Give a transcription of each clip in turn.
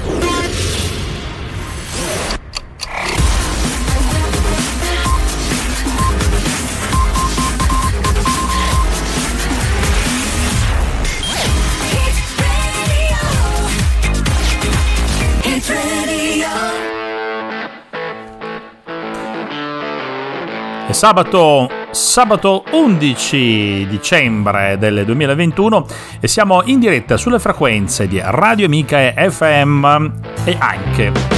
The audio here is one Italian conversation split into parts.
È sabato 11 dicembre del 2021 e siamo in diretta sulle frequenze di Radio Amica FM e anche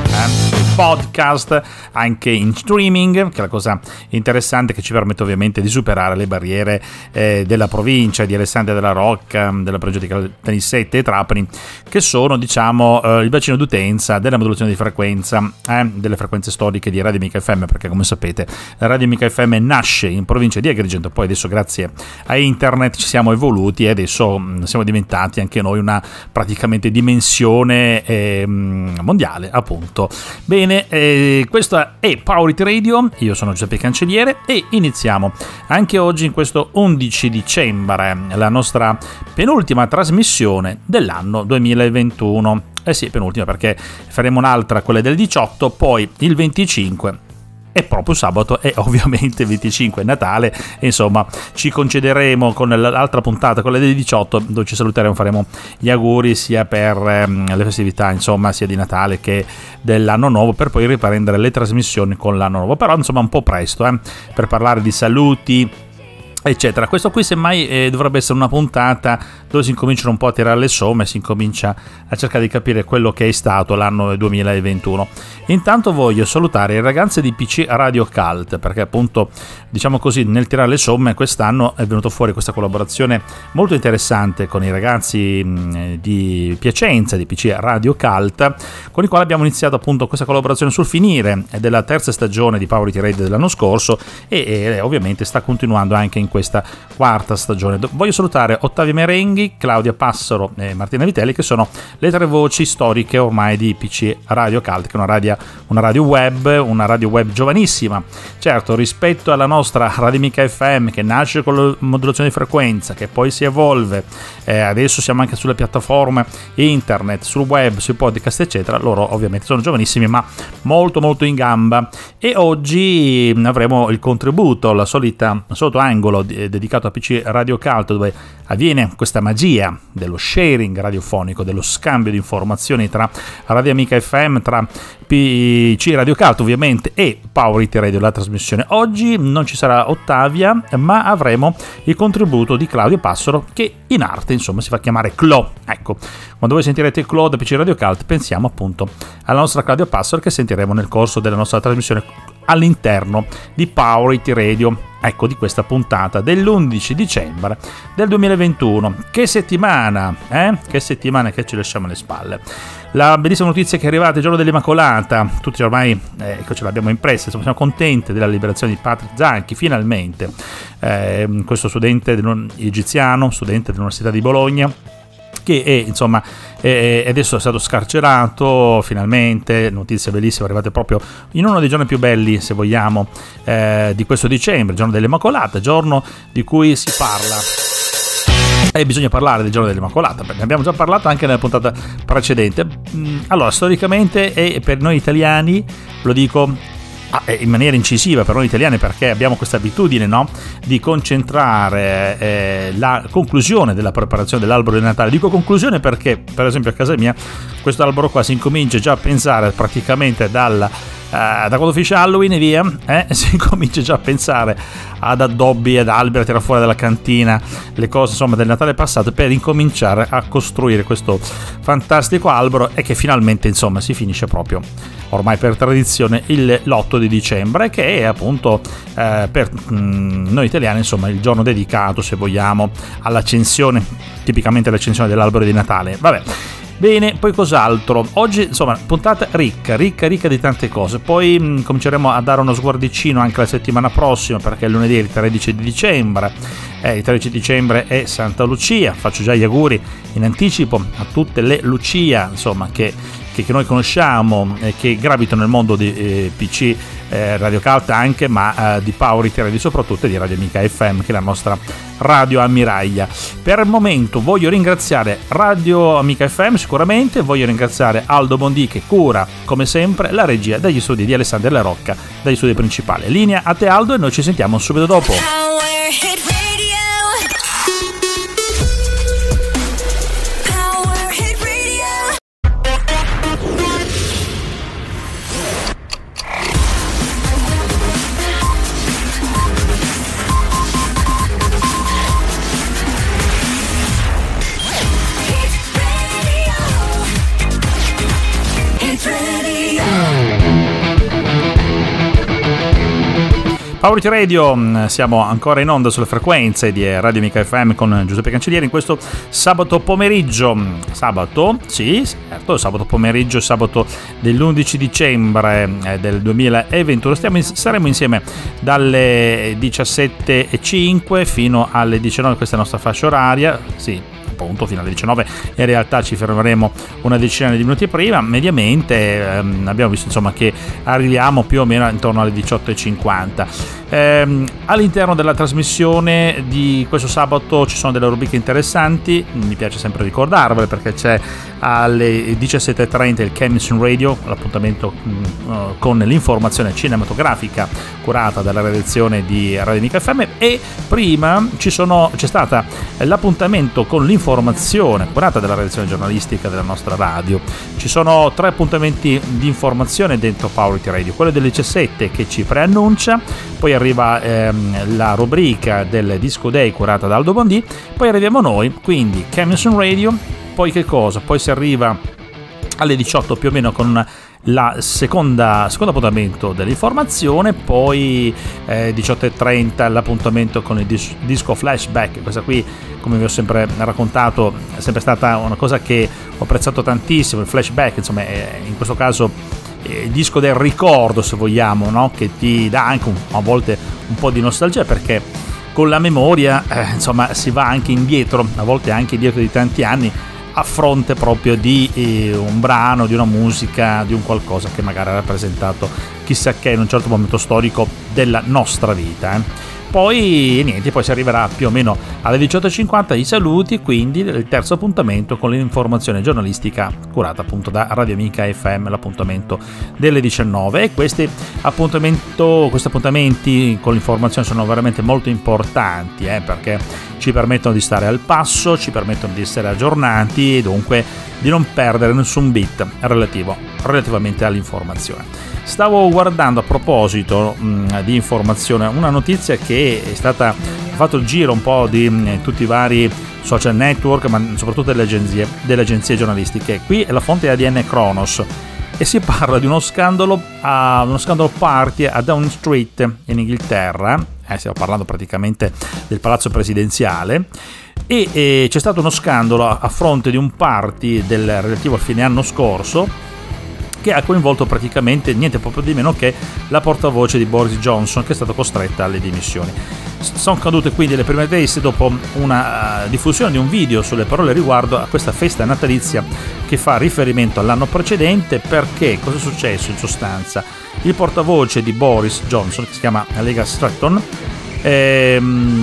podcast, anche in streaming, che è la cosa interessante che ci permette ovviamente di superare le barriere della provincia di Alessandria della Rocca, della provincia di Caltanissette e Trapani, che sono il bacino d'utenza della modulazione di frequenza delle frequenze storiche di Radio Amica FM, perché come sapete Radio Amica FM nasce in provincia di Agrigento, poi adesso grazie a internet ci siamo evoluti e adesso siamo diventati anche noi una praticamente dimensione mondiale, appunto. Bene, questa è Power It Radio, io sono Giuseppe Cancelliere e iniziamo anche oggi in questo 11 dicembre la nostra penultima trasmissione dell'anno 2021. Sì, penultima perché faremo un'altra, quella del 18, poi il 25 è proprio sabato e ovviamente 25 è Natale e insomma ci concederemo con l'altra puntata, quella del 18, dove ci saluteremo, faremo gli auguri sia per le festività, insomma sia di Natale che dell'anno nuovo, per poi riprendere le trasmissioni con l'anno nuovo, però insomma un po' presto per parlare di saluti eccetera. Questo qui semmai dovrebbe essere una puntata dove si incominciano un po' a tirare le somme, si incomincia a cercare di capire quello che è stato l'anno 2021. Intanto voglio salutare i ragazzi di PC Radio Cult, perché appunto, diciamo così, nel tirare le somme quest'anno è venuto fuori questa collaborazione molto interessante con i ragazzi di Piacenza, di PC Radio Cult, con i quali abbiamo iniziato appunto questa collaborazione sul finire della terza stagione di Power It Radio dell'anno scorso e ovviamente sta continuando anche in questa quarta stagione. Voglio salutare Ottavio Merenghi, Claudia Passaro e Martina Vitelli, che sono le tre voci storiche ormai di PC Radio Cult, che è una radio web giovanissima, certo, rispetto alla nostra Radio Amica FM, che nasce con la modulazione di frequenza, che poi si evolve, adesso siamo anche sulle piattaforme internet, sul web, sui podcast eccetera. Loro ovviamente sono giovanissimi ma molto molto in gamba, e oggi avremo il contributo, il solito angolo dedicato a PC Radio Cult, dove avviene questa magia dello sharing radiofonico, dello scambio di informazioni tra Radio Amica FM, tra PC Radio Cult ovviamente e Power It Radio, la trasmissione. Oggi non ci sarà Ottavia, ma avremo il contributo di Claudio Passaro, che in arte insomma si fa chiamare Clo. Ecco, quando voi sentirete Clo da PC Radio Cult, pensiamo appunto alla nostra Claudio Passaro, che sentiremo nel corso della nostra trasmissione all'interno di Power It Radio, ecco, di questa puntata dell'11 dicembre del 2021. Che settimana, Che settimana che ci lasciamo alle spalle. La bellissima notizia che è arrivata il giorno dell'Immacolata, tutti ormai ce l'abbiamo impressa, insomma, siamo contenti della liberazione di Patrick Zanchi, finalmente, questo studente egiziano, studente dell'Università di Bologna, che insomma adesso è stato scarcerato finalmente. Notizie bellissime arrivate proprio in uno dei giorni più belli, se vogliamo, di questo dicembre, il giorno dell'Immacolata, giorno di cui si parla. E bisogna parlare del giorno dell'Immacolata, perché abbiamo già parlato anche nella puntata precedente. Allora, storicamente e per noi italiani, lo dico in maniera incisiva per noi italiani, perché abbiamo questa abitudine, no, di concentrare la conclusione della preparazione dell'albero di Natale. Dico conclusione perché, per esempio, a casa mia questo albero qua si incomincia già a pensare praticamente da quando finisce Halloween e via, si comincia già a pensare ad addobbi, ad alberi, a tirare fuori dalla cantina le cose insomma del Natale passato, per incominciare a costruire questo fantastico albero, e che finalmente insomma si finisce proprio, ormai per tradizione, l'8 di dicembre, che è appunto per noi italiani insomma il giorno dedicato, se vogliamo, all'accensione, tipicamente l'accensione dell'albero di Natale. Vabbè. Bene, poi cos'altro? Oggi insomma puntata ricca di tante cose. Poi cominceremo a dare uno sguardicino anche la settimana prossima, perché lunedì è il 13 di dicembre. Il 13 dicembre è Santa Lucia. Faccio già gli auguri in anticipo a tutte le Lucia, insomma, che noi conosciamo e che gravitano nel mondo di PC Radio Cult anche, ma di Power It Radio soprattutto, e di Radio Amica FM, che è la nostra radio ammiraglia. Per il momento voglio ringraziare Radio Amica FM sicuramente, voglio ringraziare Aldo Bondi che cura come sempre la regia dagli studi di Alessandro Della Rocca, dagli studi principali. Linea a te Aldo, e noi ci sentiamo subito dopo. Power It Radio, siamo ancora in onda sulle frequenze di Radio Amica FM con Giuseppe Cancellieri in questo sabato pomeriggio. Sabato pomeriggio, sabato dell'11 dicembre del 2021. Saremo insieme dalle 17:05 fino alle 19, questa è la nostra fascia oraria, sì, appunto fino alle 19. In realtà ci fermeremo una decina di minuti prima, mediamente abbiamo visto insomma che arriviamo più o meno intorno alle 18:50. All'interno della trasmissione di questo sabato ci sono delle rubriche interessanti, mi piace sempre ricordarvele perché c'è alle 17:30 il Chemistry Radio, l'appuntamento con l'informazione cinematografica curata dalla redazione di Radio Amica FM, e prima c'è stata l'appuntamento con l'informazione curata dalla redazione giornalistica della nostra radio. Ci sono 3 appuntamenti di informazione dentro Power It Radio, quello delle 17 che ci preannuncia, poi arriva la rubrica del Disco Day curata da Aldo Bondi, poi arriviamo noi, quindi Chemistry Radio, poi che cosa? Poi si arriva alle 18 più o meno con la secondo appuntamento dell'informazione, poi 18:30 l'appuntamento con il disco flashback. Questa qui, come vi ho sempre raccontato, è sempre stata una cosa che ho apprezzato tantissimo, il flashback, insomma in questo caso il disco del ricordo, se vogliamo, no? Che ti dà anche a volte un po' di nostalgia, perché con la memoria insomma si va anche indietro, a volte anche indietro di tanti anni, a fronte proprio di un brano, di una musica, di un qualcosa che magari ha rappresentato chissà che in un certo momento storico della nostra vita. Poi si arriverà più o meno alle 18:50 i saluti, quindi il terzo appuntamento con l'informazione giornalistica curata appunto da Radio Amica FM, l'appuntamento delle 19. E questi appuntamenti con l'informazione sono veramente molto importanti, perché ci permettono di stare al passo, ci permettono di essere aggiornati e dunque di non perdere nessun bit relativamente all'informazione. Stavo guardando, a proposito di informazione, una notizia che ha fatto il giro un po' di tutti i vari social network, ma soprattutto delle agenzie giornalistiche. Qui è la fonte ADN Kronos e si parla di uno scandalo party a Downing Street in Inghilterra. Stiamo parlando praticamente del palazzo presidenziale, e c'è stato uno scandalo a fronte di un party relativo a fine anno scorso, che ha coinvolto praticamente niente proprio di meno che la portavoce di Boris Johnson, che è stata costretta alle dimissioni. Sono cadute quindi le prime teste dopo una diffusione di un video sulle parole riguardo a questa festa natalizia che fa riferimento all'anno precedente. Perché cosa è successo in sostanza? Il portavoce di Boris Johnson, che si chiama Lega Stratton, che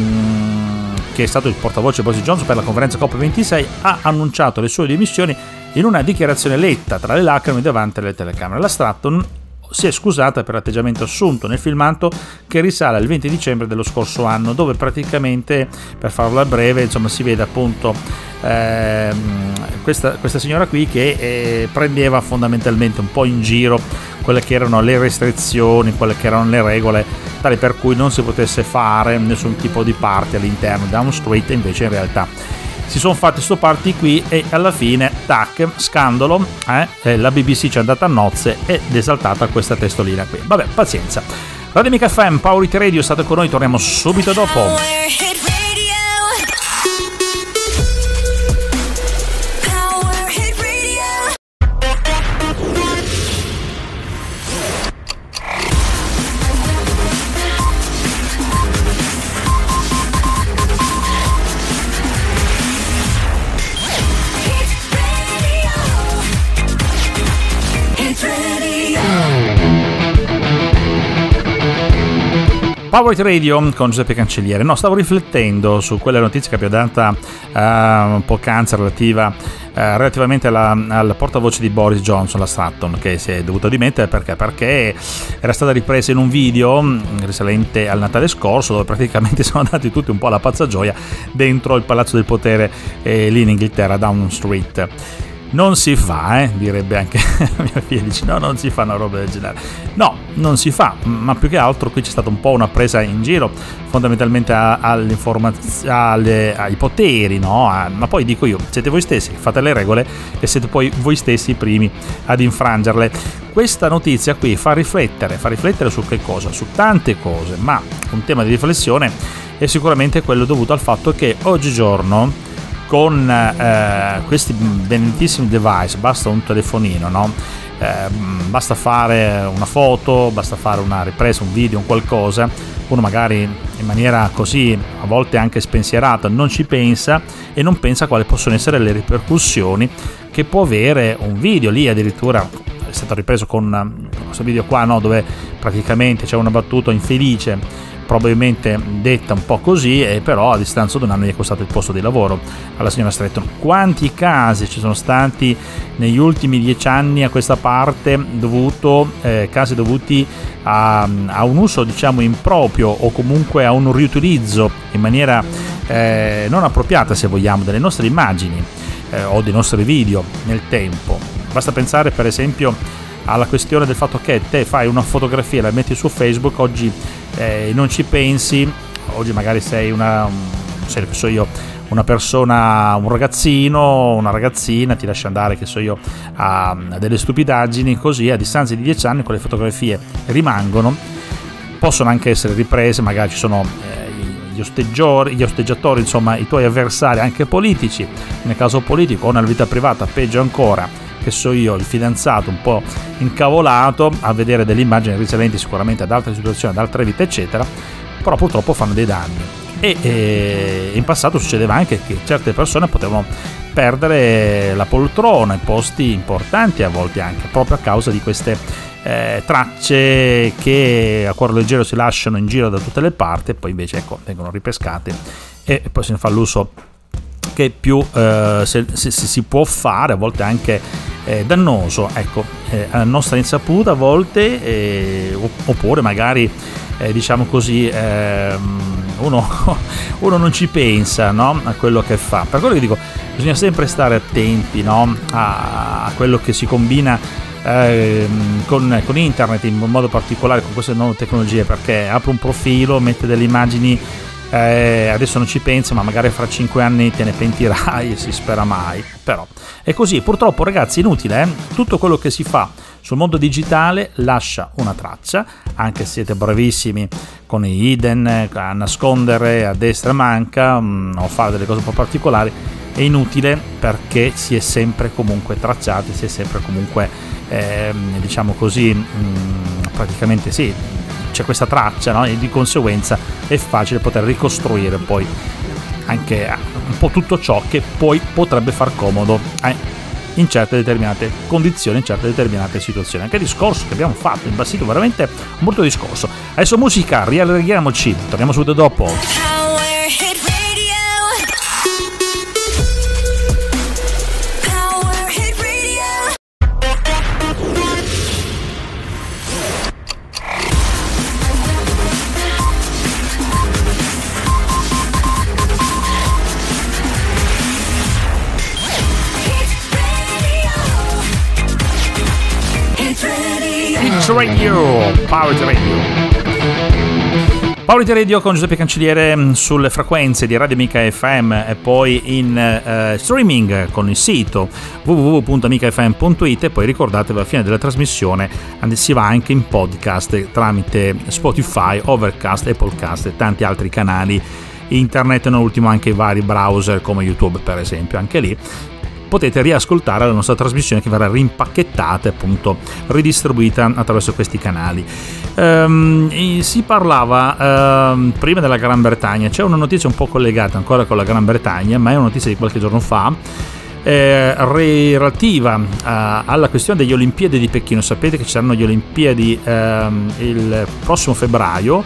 è stato il portavoce di Boris Johnson per la conferenza COP26, ha annunciato le sue dimissioni in una dichiarazione letta tra le lacrime davanti alle telecamere. La Stratton si è scusata per l'atteggiamento assunto nel filmato, che risale al 20 dicembre dello scorso anno, dove praticamente, per farla breve, insomma, si vede appunto questa signora qui che prendeva fondamentalmente un po' in giro quelle che erano le restrizioni, quelle che erano le regole, tale per cui non si potesse fare nessun tipo di party all'interno di Downing Street. Invece in realtà si sono fatti sto party qui, e alla fine, tac, scandalo, la BBC ci è andata a nozze ed è saltata questa testolina qui. Vabbè, pazienza. Radio Amica FM, Power It Radio, state con noi, torniamo subito dopo. Power It Radio con Giuseppe Cancelliere. No, stavo riflettendo su quella notizia che abbiamo data poc'anzi relativamente al portavoce di Boris Johnson, la Stratton, che si è dovuta dimettere perché era stata ripresa in un video risalente al Natale scorso, dove praticamente sono andati tutti un po' alla pazza gioia dentro il Palazzo del Potere lì in Inghilterra, Downing Street. Non si fa, direbbe anche mia figlia, dice no, non si fa una roba del genere. No, non si fa, ma più che altro qui c'è stata un po' una presa in giro fondamentalmente ai poteri, no? Ma poi dico io, siete voi stessi, fate le regole e siete poi voi stessi i primi ad infrangerle. Questa notizia qui fa riflettere su che cosa? Su tante cose, ma un tema di riflessione è sicuramente quello dovuto al fatto che oggigiorno con questi benedicissimi device, basta un telefonino, no? Basta fare una foto, basta fare una ripresa, un video, un qualcosa, uno magari in maniera così a volte anche spensierata non ci pensa e non pensa quali possono essere le ripercussioni che può avere un video. Lì addirittura è stato ripreso con questo video qua, no? Dove praticamente c'è una battuta infelice, probabilmente detta un po' così, e però a distanza di un anno gli è costato il posto di lavoro alla signora Stratton. Quanti casi ci sono stati negli ultimi 10 anni a questa parte casi dovuti a un uso diciamo improprio o comunque a un riutilizzo in maniera non appropriata, se vogliamo, delle nostre immagini o dei nostri video nel tempo. Basta pensare per esempio alla questione del fatto che te fai una fotografia e la metti su Facebook, oggi non ci pensi, oggi magari sei una persona, un ragazzino, una ragazzina, ti lascia andare, che so io, a delle stupidaggini, così a distanza di 10 anni quelle fotografie rimangono, possono anche essere riprese, magari ci sono gli osteggiatori, insomma i tuoi avversari anche politici, nel caso politico, o nella vita privata, peggio ancora, che so io, il fidanzato un po' incavolato a vedere delle immagini risalenti sicuramente ad altre situazioni, ad altre vite eccetera, però purtroppo fanno dei danni e in passato succedeva anche che certe persone potevano perdere la poltrona, i posti importanti a volte anche proprio a causa di queste tracce che a cuore leggero si lasciano in giro da tutte le parti e poi invece vengono ripescate e poi se ne fa l'uso che più si può fare, a volte anche dannoso, a nostra insaputa a volte, oppure magari diciamo così uno non ci pensa, no? A quello che fa. Per quello che dico, bisogna sempre stare attenti, no? a quello che si combina con internet, in modo particolare con queste nuove tecnologie, perché apre un profilo, mette delle immagini, adesso non ci pensi, ma magari fra 5 anni te ne pentirai e si spera mai. Però è così, purtroppo ragazzi, inutile, tutto quello che si fa sul mondo digitale lascia una traccia, anche se siete bravissimi con i hidden, a nascondere a destra e manca, o fare delle cose un po' particolari, è inutile, perché si è sempre comunque tracciati, si è sempre comunque diciamo così, praticamente sì, c'è questa traccia, no? E di conseguenza è facile poter ricostruire poi anche un po' tutto ciò che poi potrebbe far comodo in certe determinate condizioni, in certe determinate situazioni. Anche il discorso che abbiamo fatto, imbastito veramente molto discorso. Adesso musica, rialleghiamoci, torniamo subito dopo. Power It Radio con Giuseppe Cancelliere sulle frequenze di Radio Amica FM e poi in streaming con il sito www.amicafm.it, e poi ricordatevi alla fine della trasmissione si va anche in podcast tramite Spotify, Overcast, Applecast e tanti altri canali internet, non ultimo anche i vari browser come YouTube per esempio. Anche lì potete riascoltare la nostra trasmissione che verrà rimpacchettata e appunto ridistribuita attraverso questi canali. Si parlava prima della Gran Bretagna, c'è una notizia un po' collegata ancora con la Gran Bretagna, ma è una notizia di qualche giorno fa, relativa alla questione degli Olimpiadi di Pechino. Sapete che ci saranno le Olimpiadi il prossimo febbraio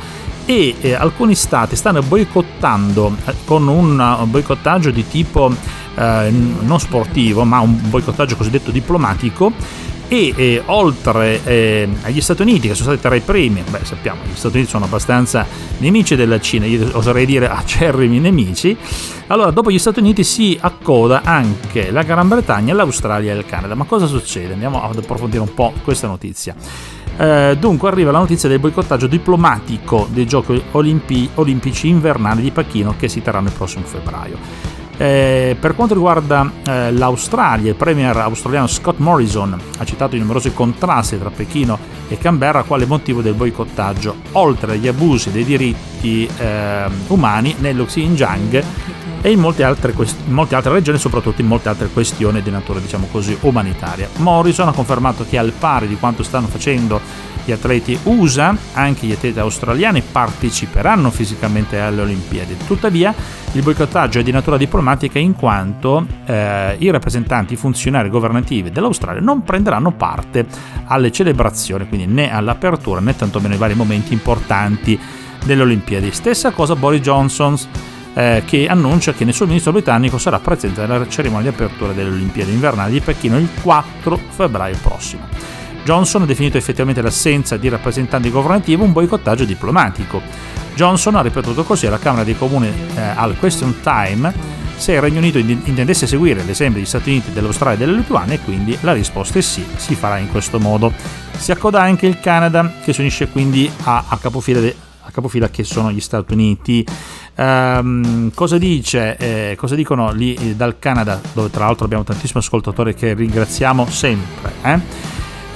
e alcuni stati stanno boicottando con un boicottaggio di tipo non sportivo, ma un boicottaggio cosiddetto diplomatico. E oltre agli Stati Uniti, che sono stati tra i primi, sappiamo che gli Stati Uniti sono abbastanza nemici della Cina, io oserei dire acerrimi nemici. Allora, dopo gli Stati Uniti si accoda anche la Gran Bretagna, l'Australia e il Canada. Ma cosa succede? Andiamo ad approfondire un po' questa notizia. Dunque arriva la notizia del boicottaggio diplomatico dei giochi olimpici invernali di Pechino, che si terranno il prossimo febbraio. Per quanto riguarda l'Australia, il premier australiano Scott Morrison ha citato i numerosi contrasti tra Pechino e Canberra quale motivo del boicottaggio, oltre agli abusi dei diritti umani nello Xinjiang e in molte altre regioni, soprattutto in molte altre questioni di natura, diciamo così, umanitaria. Morrison ha confermato che, al pari di quanto stanno facendo gli atleti USA, anche gli atleti australiani parteciperanno fisicamente alle Olimpiadi. Tuttavia, il boicottaggio è di natura diplomatica, in quanto i rappresentanti, i funzionari governativi dell'Australia non prenderanno parte alle celebrazioni, quindi né all'apertura né tantomeno ai vari momenti importanti delle Olimpiadi. Stessa cosa Boris Johnson, che annuncia che il suo ministro britannico sarà presente alla cerimonia di apertura delle Olimpiadi invernali di Pechino il 4 febbraio prossimo. Johnson ha definito effettivamente l'assenza di rappresentanti governativi un boicottaggio diplomatico. Johnson ha ripetuto così alla Camera dei Comuni al Question Time se il Regno Unito intendesse seguire l'esempio degli Stati Uniti, dell'Australia e della Lituania, e quindi la risposta è sì, si farà in questo modo. Si accoda anche il Canada, che si unisce quindi a capofila che sono gli Stati Uniti. Cosa dicono lì dal Canada, dove tra l'altro abbiamo tantissimi ascoltatori che ringraziamo sempre,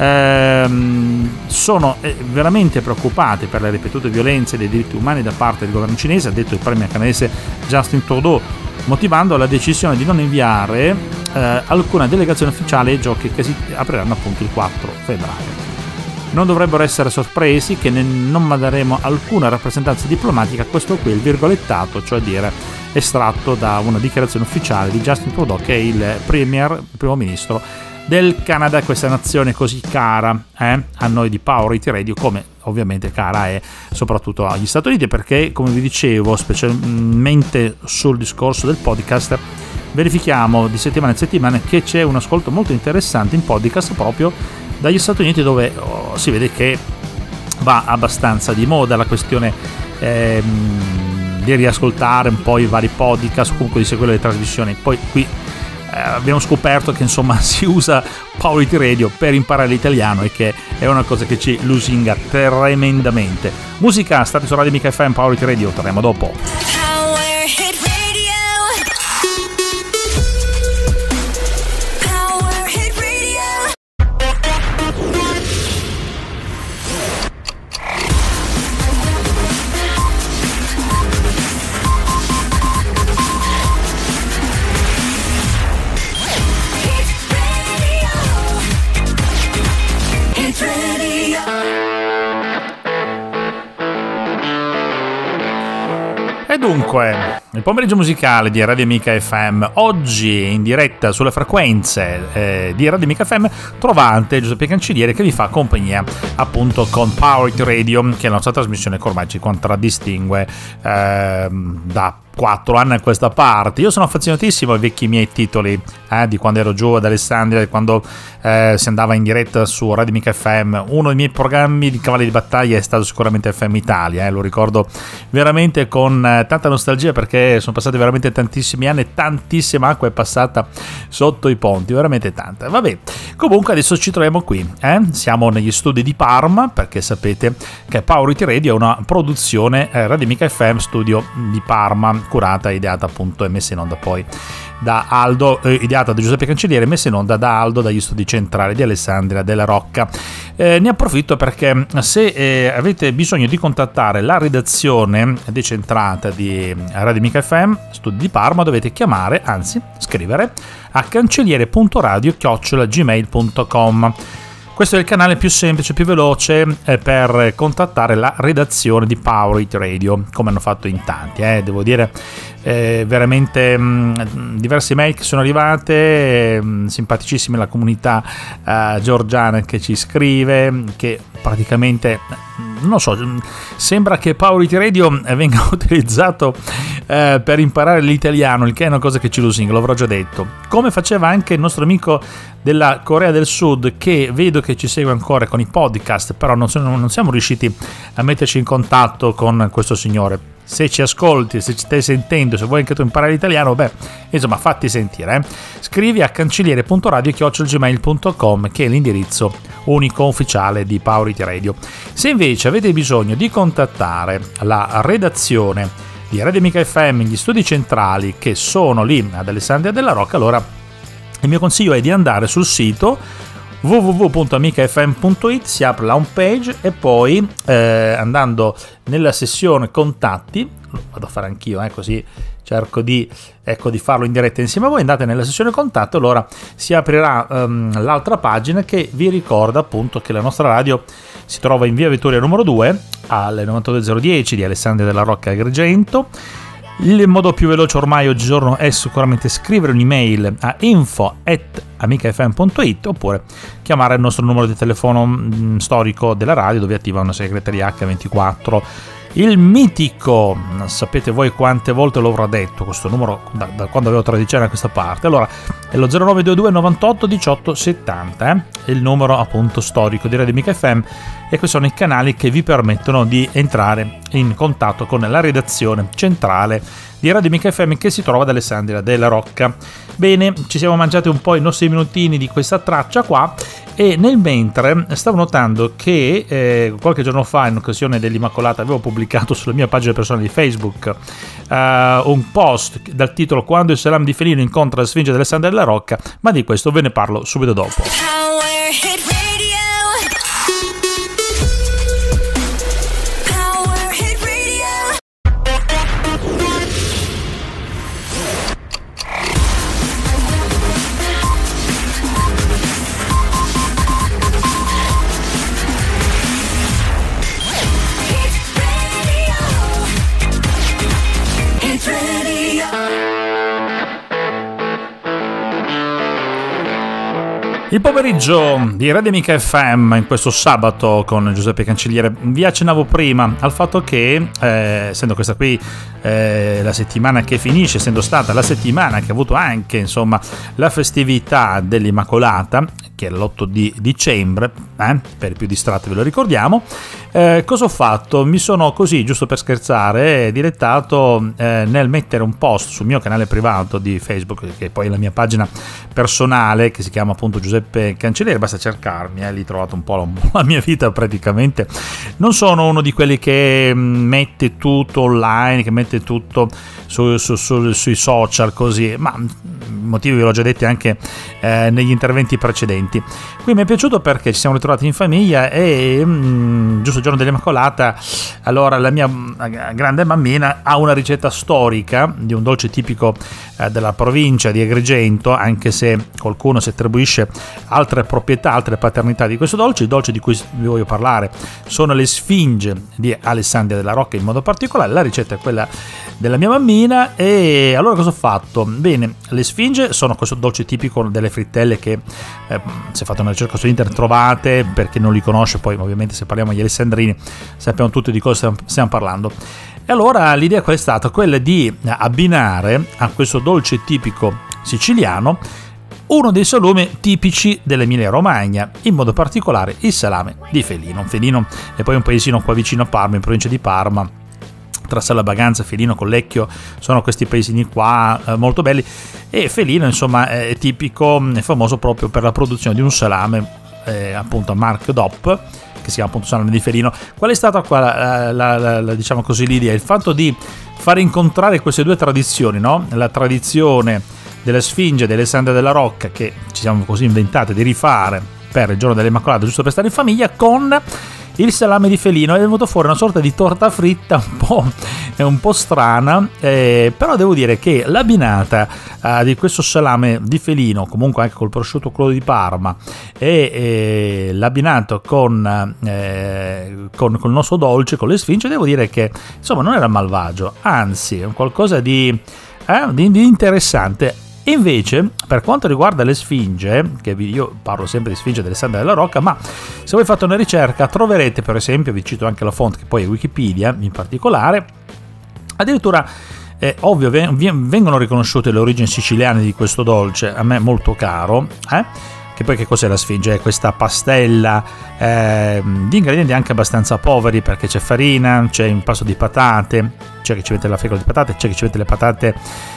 sono veramente preoccupati per le ripetute violenze dei diritti umani da parte del governo cinese, ha detto il premier canadese Justin Trudeau, motivando la decisione di non inviare alcuna delegazione ufficiale ai giochi che si apriranno appunto il 4 febbraio. Non dovrebbero essere sorpresi che non manderemo alcuna rappresentanza diplomatica, questo qui è il virgolettato, cioè dire estratto da una dichiarazione ufficiale di Justin Trudeau, che è il primo ministro del Canada, questa nazione così cara a noi di Power It Radio, come ovviamente cara è soprattutto agli Stati Uniti, perché, come vi dicevo, specialmente sul discorso del podcast, verifichiamo di settimana in settimana che c'è un ascolto molto interessante in podcast proprio dagli Stati Uniti, dove si vede che va abbastanza di moda la questione di riascoltare un po' i vari podcast, comunque di seguire le trasmissioni. Poi qui abbiamo scoperto che insomma si usa Power It Radio per imparare l'italiano, e che è una cosa che ci lusinga tremendamente. Musica, state su Radio Amica FM, Power It Radio, torniamo dopo. E dunque, il pomeriggio musicale di Radio Amica FM, oggi in diretta sulle frequenze di Radio Amica FM, trovate Giuseppe Cancelliere che vi fa compagnia appunto con Power It Radio, che è la nostra trasmissione che ormai ci contraddistingue da 4 anni a questa parte. Io sono affezionatissimo ai vecchi miei titoli di quando ero giù ad Alessandria, quando si andava in diretta su Radio Amica FM. Uno dei miei programmi di cavalli di battaglia è stato sicuramente FM Italia, lo ricordo veramente con tanta nostalgia, perché sono passati veramente tantissimi anni e tantissima acqua è passata sotto i ponti, veramente tanta. Vabbè, comunque adesso ci troviamo qui, siamo negli studi di Parma, perché sapete che Power It Radio è una produzione Radio Amica FM Studio di Parma, curata e ideata appunto e messa in onda poi da Aldo, ideata da Giuseppe Cancelliere, messa in onda da Aldo dagli studi centrali di Alessandria della Rocca. Ne approfitto perché se avete bisogno di contattare la redazione decentrata di Radio Amica FM Studi di Parma, dovete chiamare, anzi scrivere a cancelliere.radio@gmail.com. Questo è il canale più semplice, più veloce per contattare la redazione di Power It Radio, come hanno fatto in tanti. Devo dire, veramente diverse mail che sono arrivate, simpaticissime la comunità georgiana che ci scrive, che praticamente non so, sembra che Power Radio venga utilizzato per imparare l'italiano, il che è una cosa che ci lusinga, l'avrò già detto, come faceva anche il nostro amico della Corea del Sud, che vedo che ci segue ancora con i podcast, però non siamo riusciti a metterci in contatto con questo signore. Se ci ascolti, se ci stai sentendo, se vuoi anche tu imparare l'italiano, insomma, fatti sentire. Scrivi a cancelliere.radio@gmail.com, che è l'indirizzo unico ufficiale di Power Radio. Se invece avete bisogno di contattare la redazione di Radio Amica FM, gli studi centrali che sono lì ad Alessandria della Rocca, allora il mio consiglio è di andare sul sito www.amicafm.it, si apre la home page e poi andando nella sessione contatti, lo vado a fare anch'io, così cerco di farlo in diretta insieme a voi. Andate nella sessione contatto, allora si aprirà l'altra pagina che vi ricorda appunto che la nostra radio si trova in via Vittoria numero 2 al 92010 di Alessandria della Rocca Agrigento. Il modo più veloce ormai oggigiorno è sicuramente scrivere un'email a info@amicafm.it oppure chiamare il nostro numero di telefono storico della radio, dove attiva una segreteria H24. Il mitico, sapete voi quante volte l'avrò detto questo numero da quando avevo 13 anni a questa parte, allora è lo 0922 98 18 70, è il numero appunto storico di Radio Amica FM, e questi sono i canali che vi permettono di entrare in contatto con la redazione centrale di Radio Amica FM che si trova ad Alessandria della Rocca. Bene, ci siamo mangiati un po' i nostri minutini di questa traccia qua, e nel mentre stavo notando che qualche giorno fa, in occasione dell'Immacolata, avevo pubblicato sulla mia pagina personale di Facebook un post dal titolo "Quando il Salam di Felino incontra la Sfinge dell'Alessandria della Rocca", ma di questo ve ne parlo subito dopo. Il pomeriggio di Radio Amica FM in questo sabato con Giuseppe Cancelliere. Vi accennavo prima al fatto che essendo questa qui la settimana che finisce, essendo stata la settimana che ha avuto anche insomma la festività dell'Immacolata, che è l'8 di dicembre, per i più distratti ve lo ricordiamo, cosa ho fatto? Mi sono così, giusto per scherzare, dilettato nel mettere un post sul mio canale privato di Facebook, che poi è la mia pagina personale, che si chiama appunto Giuseppe Cancelliere, basta cercarmi, lì trovate un po' la mia vita praticamente. Non sono uno di quelli che mette tutto online, che mette tutto sui social così, ma motivi ve l'ho già detti anche negli interventi precedenti. Qui mi è piaciuto perché ci siamo ritrovati in famiglia e giusto il giorno dell'Immacolata, allora la mia grande mammina ha una ricetta storica di un dolce tipico della provincia di Agrigento, anche se qualcuno si attribuisce altre proprietà, altre paternità di questo dolce. Il dolce di cui vi voglio parlare sono le Sfinge di Alessandria della Rocca in modo particolare. La ricetta è quella della mia mammina, e allora cosa ho fatto? Bene, le Sfinge sono questo dolce tipico delle frittelle che se fate una ricerca su internet trovate, per chi non li conosce, poi ovviamente se parliamo agli alessandrini sappiamo tutti di cosa stiamo parlando. E allora l'idea qual è stata? Quella di abbinare a questo dolce tipico siciliano uno dei salumi tipici dell'Emilia Romagna, in modo particolare il salame di Felino. Felino è poi un paesino qua vicino a Parma, in provincia di Parma, tra Sala Baganza, Felino, Collecchio, sono questi paesini qua molto belli, e Felino insomma è tipico, è famoso proprio per la produzione di un salame appunto a marchio DOP, che si chiama appunto salame di Felino. Qual è stata qua diciamo così l'idea? Il fatto di fare incontrare queste due tradizioni, no? La tradizione della Sfinge di Alessandria della Rocca, che ci siamo così inventati di rifare per il giorno dell'Immacolata, giusto per stare in famiglia, con il salame di Felino. È venuto fuori una sorta di torta fritta un po' strana, però devo dire che l'abbinata di questo salame di Felino, comunque anche col prosciutto crudo di Parma, e l'abbinato con il nostro dolce, con le Sfinge, devo dire che insomma non era malvagio, anzi è qualcosa di interessante. E invece, per quanto riguarda le sfinge, che io parlo sempre di sfinge d'Alessandria della Rocca, ma se voi fate una ricerca troverete, per esempio, vi cito anche la fonte che poi è Wikipedia in particolare, addirittura ovvio vengono riconosciute le origini siciliane di questo dolce, a me molto caro, che poi che cos'è la sfinge? È questa pastella di ingredienti anche abbastanza poveri, perché c'è farina, c'è impasto di patate, c'è chi ci mette la fecola di patate, c'è chi ci mette le patate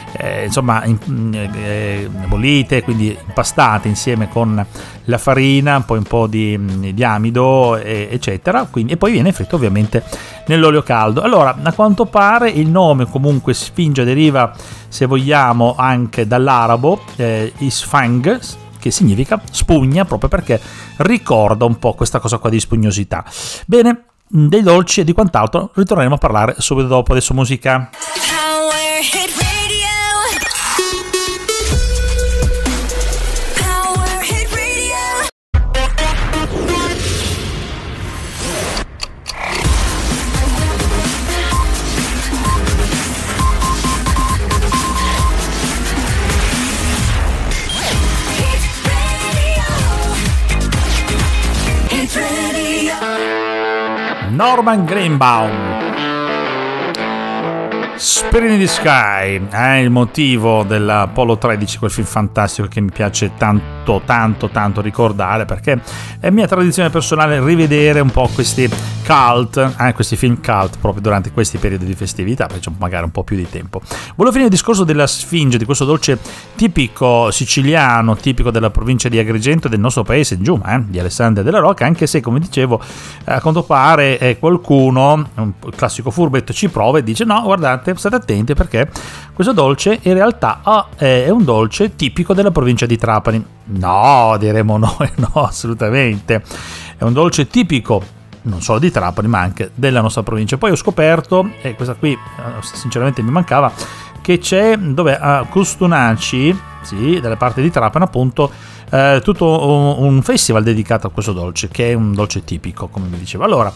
bollite, quindi impastate insieme con la farina, poi un po' di amido, eccetera, quindi, e poi viene fritto ovviamente nell'olio caldo. Allora, a quanto pare il nome comunque sfinge deriva, se vogliamo, anche dall'arabo isfang, che significa spugna, proprio perché ricorda un po' questa cosa qua di spugnosità. Bene, dei dolci e di quant'altro ritorneremo a parlare subito dopo. Adesso musica. Norman Greenbaum, Spirit in the Sky, è il motivo dell'Apollo 13, quel film fantastico che mi piace tanto ricordare, perché è mia tradizione personale rivedere un po' questi cult, questi film cult proprio durante questi periodi di festività, perché c'è magari un po' più di tempo. Volevo finire il discorso della sfinge, di questo dolce tipico siciliano, tipico della provincia di Agrigento, del nostro paese, giù, di Alessandria della Rocca, anche se, come dicevo, a quanto pare qualcuno, un classico furbetto, ci prova e dice: no, guardate, state attenti, perché questo dolce in realtà è un dolce tipico della provincia di Trapani. No, diremo noi, no, assolutamente. È un dolce tipico non solo di Trapani, ma anche della nostra provincia. Poi ho scoperto, e questa qui sinceramente mi mancava, che c'è dove a Custonaci, sì, dalle parti di Trapani appunto, tutto un festival dedicato a questo dolce, che è un dolce tipico, come vi dicevo. Allora,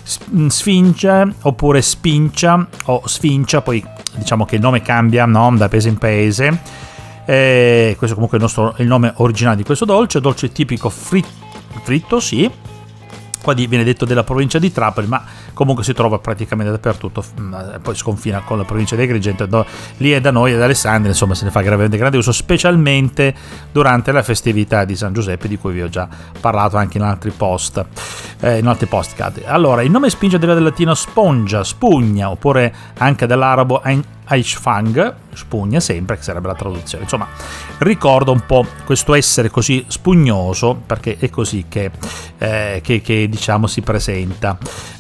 sfinge oppure spincia o sfincia, poi diciamo che il nome cambia, no, da paese in paese. Questo comunque è il nome originale di questo dolce tipico fritto, sì. Qua viene detto della provincia di Trapani, ma comunque si trova praticamente dappertutto, poi sconfina con la provincia di Agrigento, lì è da noi, ad Alessandria, insomma se ne fa grande uso, specialmente durante la festività di San Giuseppe, di cui vi ho già parlato anche in altri postcard. Allora, il nome spinge deriva dal latino spongia, spugna, oppure anche dall'arabo Aishfang, spugna sempre, che sarebbe la traduzione. Insomma, ricorda un po' questo essere così spugnoso, perché è così che diciamo si presenta.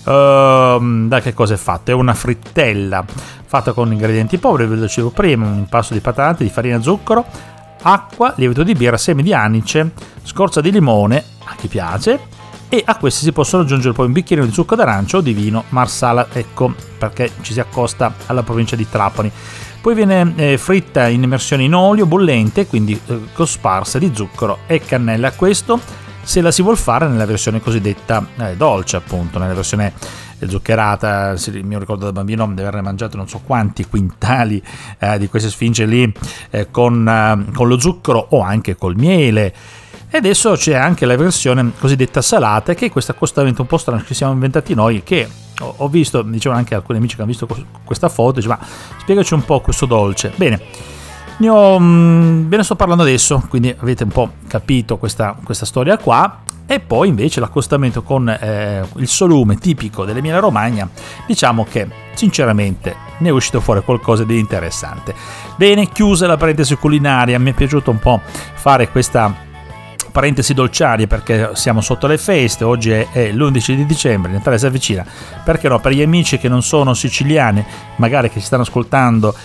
Da che cosa è fatto? È una frittella fatta con ingredienti poveri, ve lo dicevo prima: un impasto di patate, di farina, zucchero, acqua, lievito di birra, semi di anice, scorza di limone, a chi piace, e a questi si possono aggiungere poi un bicchierino di zucchero d'arancia o di vino Marsala, ecco perché ci si accosta alla provincia di Trapani. Poi viene fritta in immersione in olio bollente, quindi cosparsa di zucchero e cannella. Questo se la si vuol fare nella versione cosiddetta dolce, appunto, nella versione zuccherata. Mi ricordo da bambino di averne mangiato non so quanti quintali di queste sfinge lì con lo zucchero o anche col miele. E adesso c'è anche la versione cosiddetta salata, che è questo accostamento un po' strano che siamo inventati noi, che ho visto, dicevano anche alcuni amici che hanno visto questa foto, dice: ma spiegaci un po' questo dolce. Bene, ve ne sto parlando adesso, quindi avete un po' capito questa storia qua. E poi invece l'accostamento con il solume tipico dell'Emilia Romagna, diciamo che sinceramente ne è uscito fuori qualcosa di interessante. Bene, chiusa la parentesi culinaria, mi è piaciuto un po' fare questa parentesi dolciarie, perché siamo sotto le feste, oggi è l'11 di dicembre, Natale si avvicina, perché no, per gli amici che non sono siciliani, magari che ci stanno ascoltando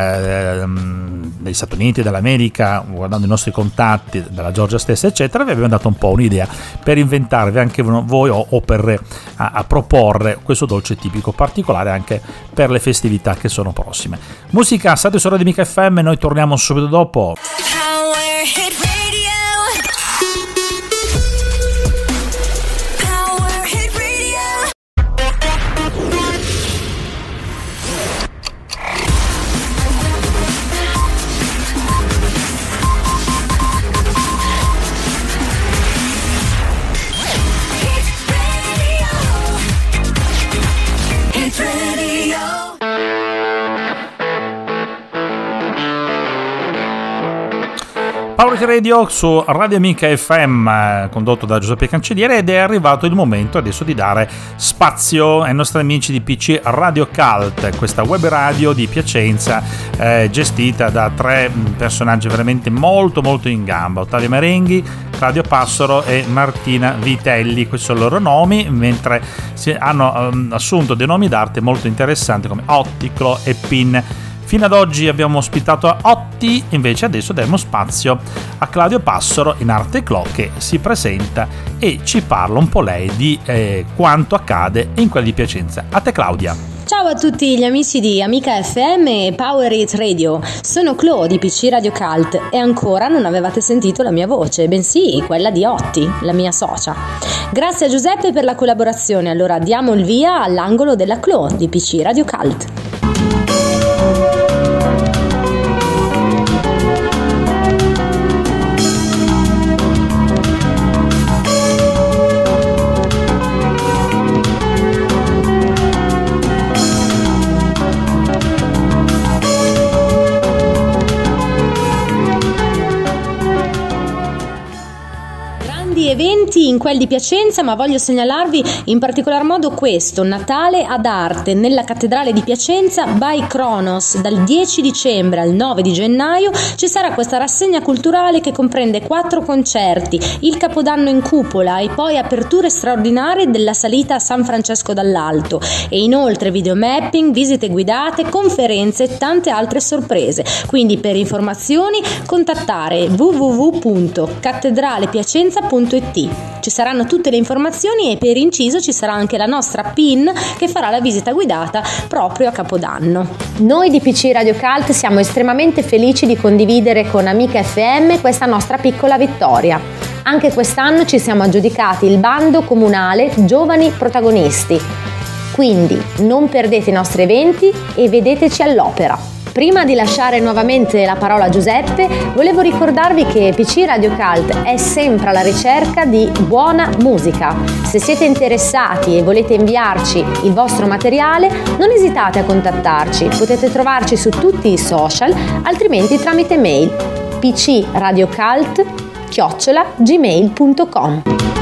dagli Stati Uniti, dall'America, guardando i nostri contatti, dalla Georgia stessa eccetera, vi abbiamo dato un po' un'idea per inventarvi anche voi o per a proporre questo dolce tipico particolare anche per le festività che sono prossime. Musica, state su Radio Amica FM, noi torniamo subito dopo. Power Radio su Radio Amica FM, condotto da Giuseppe Cancelliere, ed è arrivato il momento adesso di dare spazio ai nostri amici di PC Radio Cult, questa web radio di Piacenza gestita da tre personaggi veramente molto molto in gamba: Ottavio Merenghi, Claudio Passaro e Martina Vitelli. Questi sono i loro nomi, mentre hanno assunto dei nomi d'arte molto interessanti come Otti, Clo e Pin. Fino ad oggi abbiamo ospitato Otti, invece adesso diamo spazio a Claudio Passaro in arte Clo, che si presenta e ci parla un po' lei di quanto accade in quella di Piacenza. A te, Claudia. Ciao a tutti gli amici di Amica FM e Power It Radio. Sono Clo di PC Radio Cult e ancora non avevate sentito la mia voce, bensì quella di Otti, la mia socia. Grazie a Giuseppe per la collaborazione. Allora diamo il via all'angolo della Clo di PC Radio Cult. Eventi in quel di Piacenza, ma voglio segnalarvi in particolar modo questo: Natale ad arte nella cattedrale di Piacenza by Kronos. Dal 10 dicembre al 9 di gennaio ci sarà questa rassegna culturale che comprende 4 concerti, il Capodanno in cupola e poi aperture straordinarie della salita a San Francesco dall'Alto, e inoltre videomapping, visite guidate, conferenze e tante altre sorprese. Quindi per informazioni contattare www.cattedralepiacenza.it. Ci saranno tutte le informazioni e per inciso ci sarà anche la nostra PIN che farà la visita guidata proprio a Capodanno. Noi di PC Radio Cult siamo estremamente felici di condividere con Amica FM questa nostra piccola vittoria. Anche quest'anno ci siamo aggiudicati il bando comunale Giovani Protagonisti. Quindi non perdete i nostri eventi e vedeteci all'opera. Prima di lasciare nuovamente la parola a Giuseppe, volevo ricordarvi che PC Radio Cult è sempre alla ricerca di buona musica. Se siete interessati e volete inviarci il vostro materiale, non esitate a contattarci. Potete trovarci su tutti i social, altrimenti tramite mail pcradiocult@gmail.com.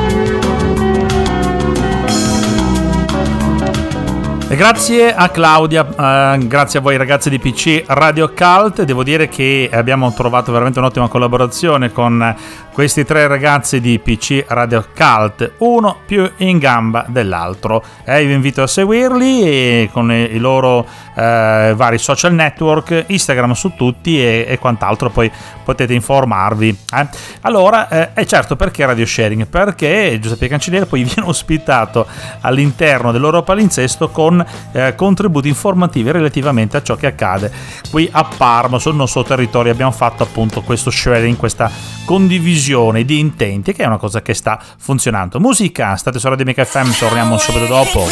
E grazie a Claudia, grazie a voi ragazzi di PC Radio Cult. Devo dire che abbiamo trovato veramente un'ottima collaborazione con questi tre ragazzi di PC Radio Cult, uno più in gamba dell'altro. Vi invito a seguirli e con i loro vari social network, Instagram su tutti e quant'altro, poi potete informarvi. Allora, è certo, perché radio sharing? Perché Giuseppe Cancelliere poi viene ospitato all'interno del loro palinsesto con contributi informativi relativamente a ciò che accade qui a Parma, sul nostro territorio. Abbiamo fatto appunto questo sharing, questa condivisione di intenti, che è una cosa che sta funzionando. Musica, state su Radio Amica FM, torniamo subito dopo.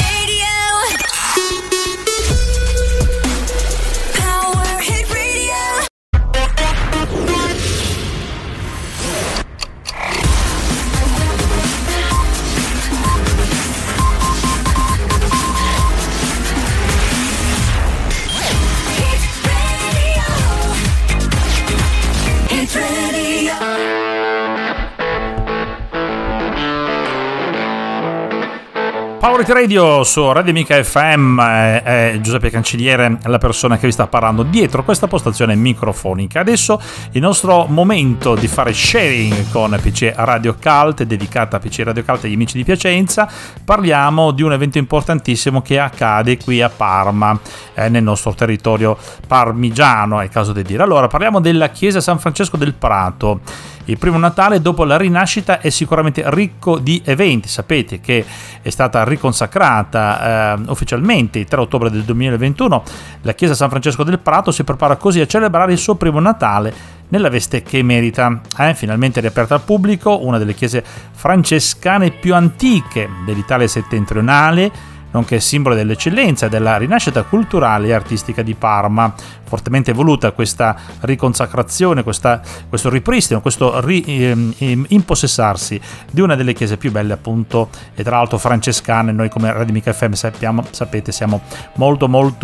Power Radio su Radio Amica FM, Giuseppe Cancelliere è la persona che vi sta parlando dietro questa postazione microfonica. Adesso il nostro momento di fare sharing con PC Radio Cult, dedicata a PC Radio Cult e agli amici di Piacenza. Parliamo di un evento importantissimo che accade qui a Parma, nel nostro territorio parmigiano, è il caso di dire. Allora, parliamo della chiesa San Francesco del Prato. Il primo Natale dopo la rinascita è sicuramente ricco di eventi. Sapete che è stata riconsacrata ufficialmente il 3 ottobre del 2021. La chiesa San Francesco del Prato si prepara così a celebrare il suo primo Natale nella veste che merita. Finalmente riaperta al pubblico, una delle chiese francescane più antiche dell'Italia settentrionale, nonché simbolo dell'eccellenza e della rinascita culturale e artistica di Parma. fortemente voluta questa riconsacrazione, questo ripristino, questo impossessarsi di una delle chiese più belle, appunto, e tra l'altro francescane. Noi come Radio Amica FM sapete, siamo molto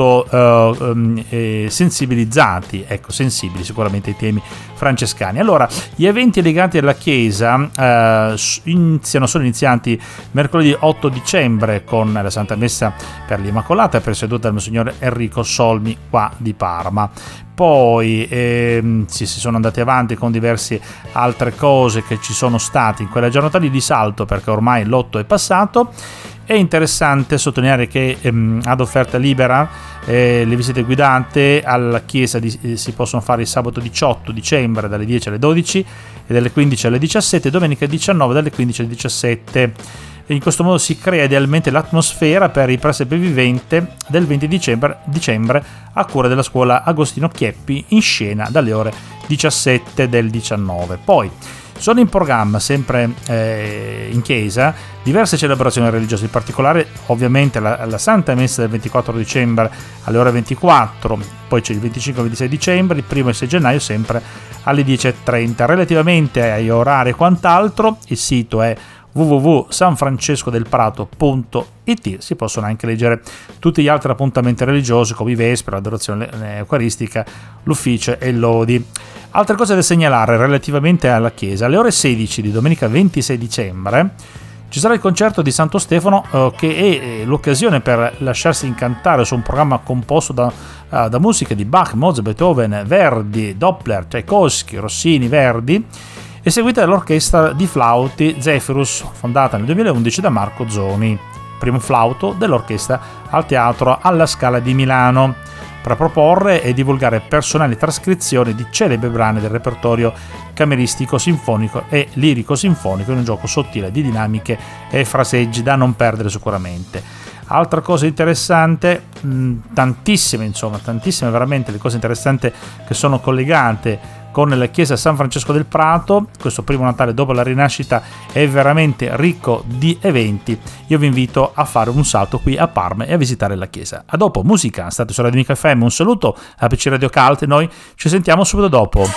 sensibilizzati, ecco, sensibili sicuramente ai temi francescani. Allora, gli eventi legati alla chiesa sono iniziati mercoledì 8 dicembre con la Santa Messa per l'Immacolata, presieduta dal Monsignor Enrico Solmi qua di Parma. Poi si sono andati avanti con diverse altre cose che ci sono state in quella giornata lì, di salto perché ormai l'8 è passato. È interessante sottolineare che ad offerta libera le visite guidate alla chiesa si possono fare il sabato 18 dicembre dalle 10 alle 12 e dalle 15 alle 17, domenica 19 dalle 15 alle 17. In questo modo si crea idealmente l'atmosfera per il presepe vivente del 20 dicembre a cura della scuola Agostino Chieppi, in scena dalle ore 17 del 19. Poi sono in programma, sempre in chiesa, diverse celebrazioni religiose, in particolare ovviamente la Santa Messa del 24 dicembre alle ore 24, poi c'è il 25 e 26 dicembre, il 1 e 6 gennaio sempre alle 10:30. Relativamente ai orari e quant'altro, il sito è www.sanfrancescodelprato.it. si possono anche leggere tutti gli altri appuntamenti religiosi come i vespri, l'adorazione eucaristica, l'ufficio e lodi. Altre cose da segnalare relativamente alla chiesa: alle ore 16 di domenica 26 dicembre ci sarà il concerto di Santo Stefano, che è l'occasione per lasciarsi incantare su un programma composto da musiche di Bach, Mozart, Beethoven, Verdi, Doppler, Tchaikovsky, Rossini, Verdi, eseguita dall'orchestra di flauti Zephyrus, fondata nel 2011 da Marco Zoni, primo flauto dell'orchestra al Teatro alla Scala di Milano, per proporre e divulgare personali trascrizioni di celebri brani del repertorio cameristico sinfonico e lirico sinfonico, in un gioco sottile di dinamiche e fraseggi da non perdere sicuramente. Altra cosa interessante, tantissime veramente le cose interessanti che sono collegate con la chiesa San Francesco del Prato. Questo primo Natale dopo la rinascita è veramente ricco di eventi. Io vi invito a fare un salto qui a Parma e a visitare la chiesa. A dopo, musica, state su Radio Amica FM, un saluto a PC Radio Cult e noi ci sentiamo subito dopo.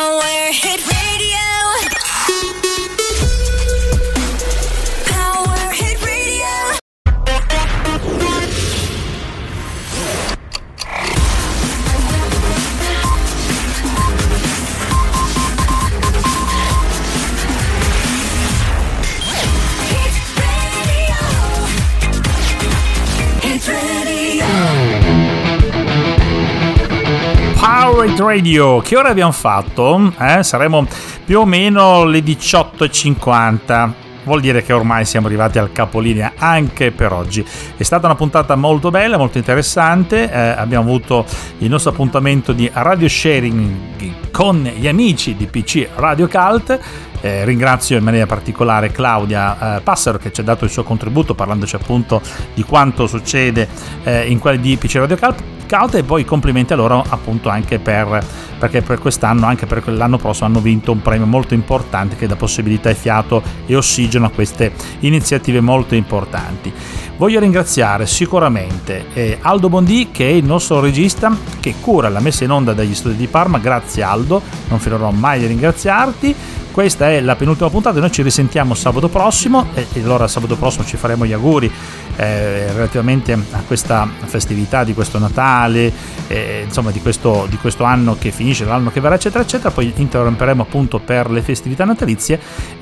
Power It Radio, che ora abbiamo fatto? Saremo più o meno le 18:50. Vuol dire che ormai siamo arrivati al capolinea anche per oggi. È stata una puntata molto bella, molto interessante. Abbiamo avuto il nostro appuntamento di radio sharing con gli amici di PC Radio Cult. Ringrazio in maniera particolare Claudia Passaro, che ci ha dato il suo contributo parlandoci appunto di quanto succede in quelli di PC Radio Cult, e poi complimenti a loro appunto anche perché per quest'anno, anche per l'anno prossimo, hanno vinto un premio molto importante che dà possibilità e fiato e ossigeno a queste iniziative molto importanti. Voglio ringraziare sicuramente Aldo Bondi, che è il nostro regista che cura la messa in onda dagli studi di Parma. Grazie Aldo, non finirò mai di ringraziarti. Questa è la penultima puntata, noi ci risentiamo sabato prossimo e allora sabato prossimo ci faremo gli auguri relativamente a questa festività di questo Natale, insomma di questo anno che finisce, l'anno che verrà, eccetera eccetera. Poi interromperemo appunto per le festività natalizie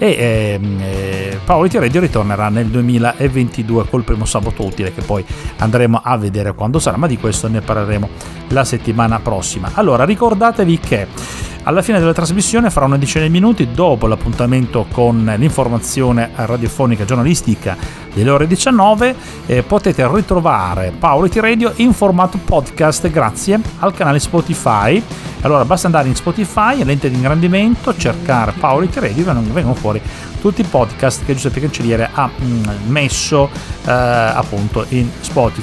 e Power It Radio ritornerà nel 2022 col primo sabato utile, che poi andremo a vedere quando sarà, ma di questo ne parleremo la settimana prossima. Allora ricordatevi che alla fine della trasmissione, fra una decina di minuti dopo l'appuntamento con l'informazione radiofonica giornalistica delle ore 19, potete ritrovare Power It Radio in formato podcast grazie al canale Spotify. Allora basta andare in Spotify, lente di ingrandimento, cercare Power It Radio e vengono fuori tutti i podcast che Giuseppe Cancelliere ha messo appunto in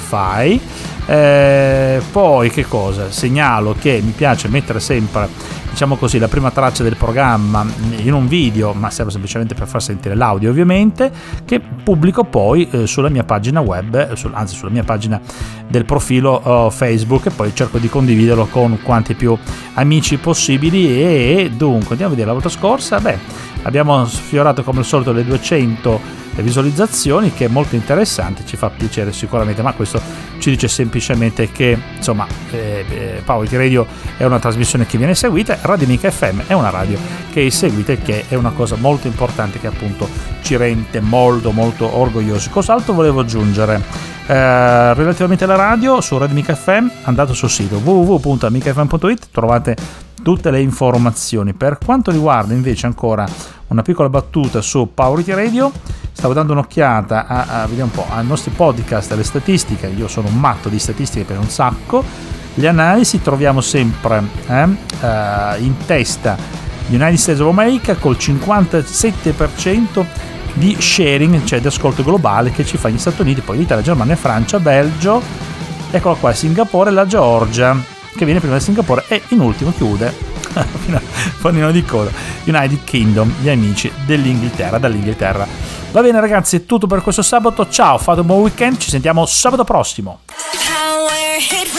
Spotify. Poi che cosa? Segnalo che mi piace mettere sempre diciamo così, la prima traccia del programma in un video, ma serve semplicemente per far sentire l'audio ovviamente, che pubblico poi sulla mia pagina web, anzi sulla mia pagina del profilo Facebook, e poi cerco di condividerlo con quanti più amici possibili. E dunque andiamo a vedere, la volta scorsa abbiamo sfiorato come al solito le 200 visualizzazioni, che è molto interessante, ci fa piacere sicuramente, ma questo ci dice semplicemente che insomma Power It Radio è una trasmissione che viene seguita, Radio Amica FM è una radio che è seguita, e che è una cosa molto importante, che appunto ci rende molto molto orgogliosi. Cos'altro volevo aggiungere relativamente alla radio? Su Radio Amica FM andate sul sito www.amicafm.it, trovate tutte le informazioni. Per quanto riguarda invece ancora una piccola battuta su Power It Radio, stavo dando un'occhiata vediamo un po' ai nostri podcast, alle statistiche. Io sono un matto di statistiche per un sacco. Le analisi, troviamo sempre in testa United States of America col 57% di sharing, cioè di ascolto globale, che ci fa gli Stati Uniti, poi l'Italia, Germania, Francia, Belgio, eccola qua, Singapore e la Georgia, che viene prima di Singapore, e in ultimo chiude panino di coda United Kingdom, gli amici dall'Inghilterra. Va bene ragazzi, è tutto per questo sabato, ciao, fate un buon weekend, ci sentiamo sabato prossimo. Power Hit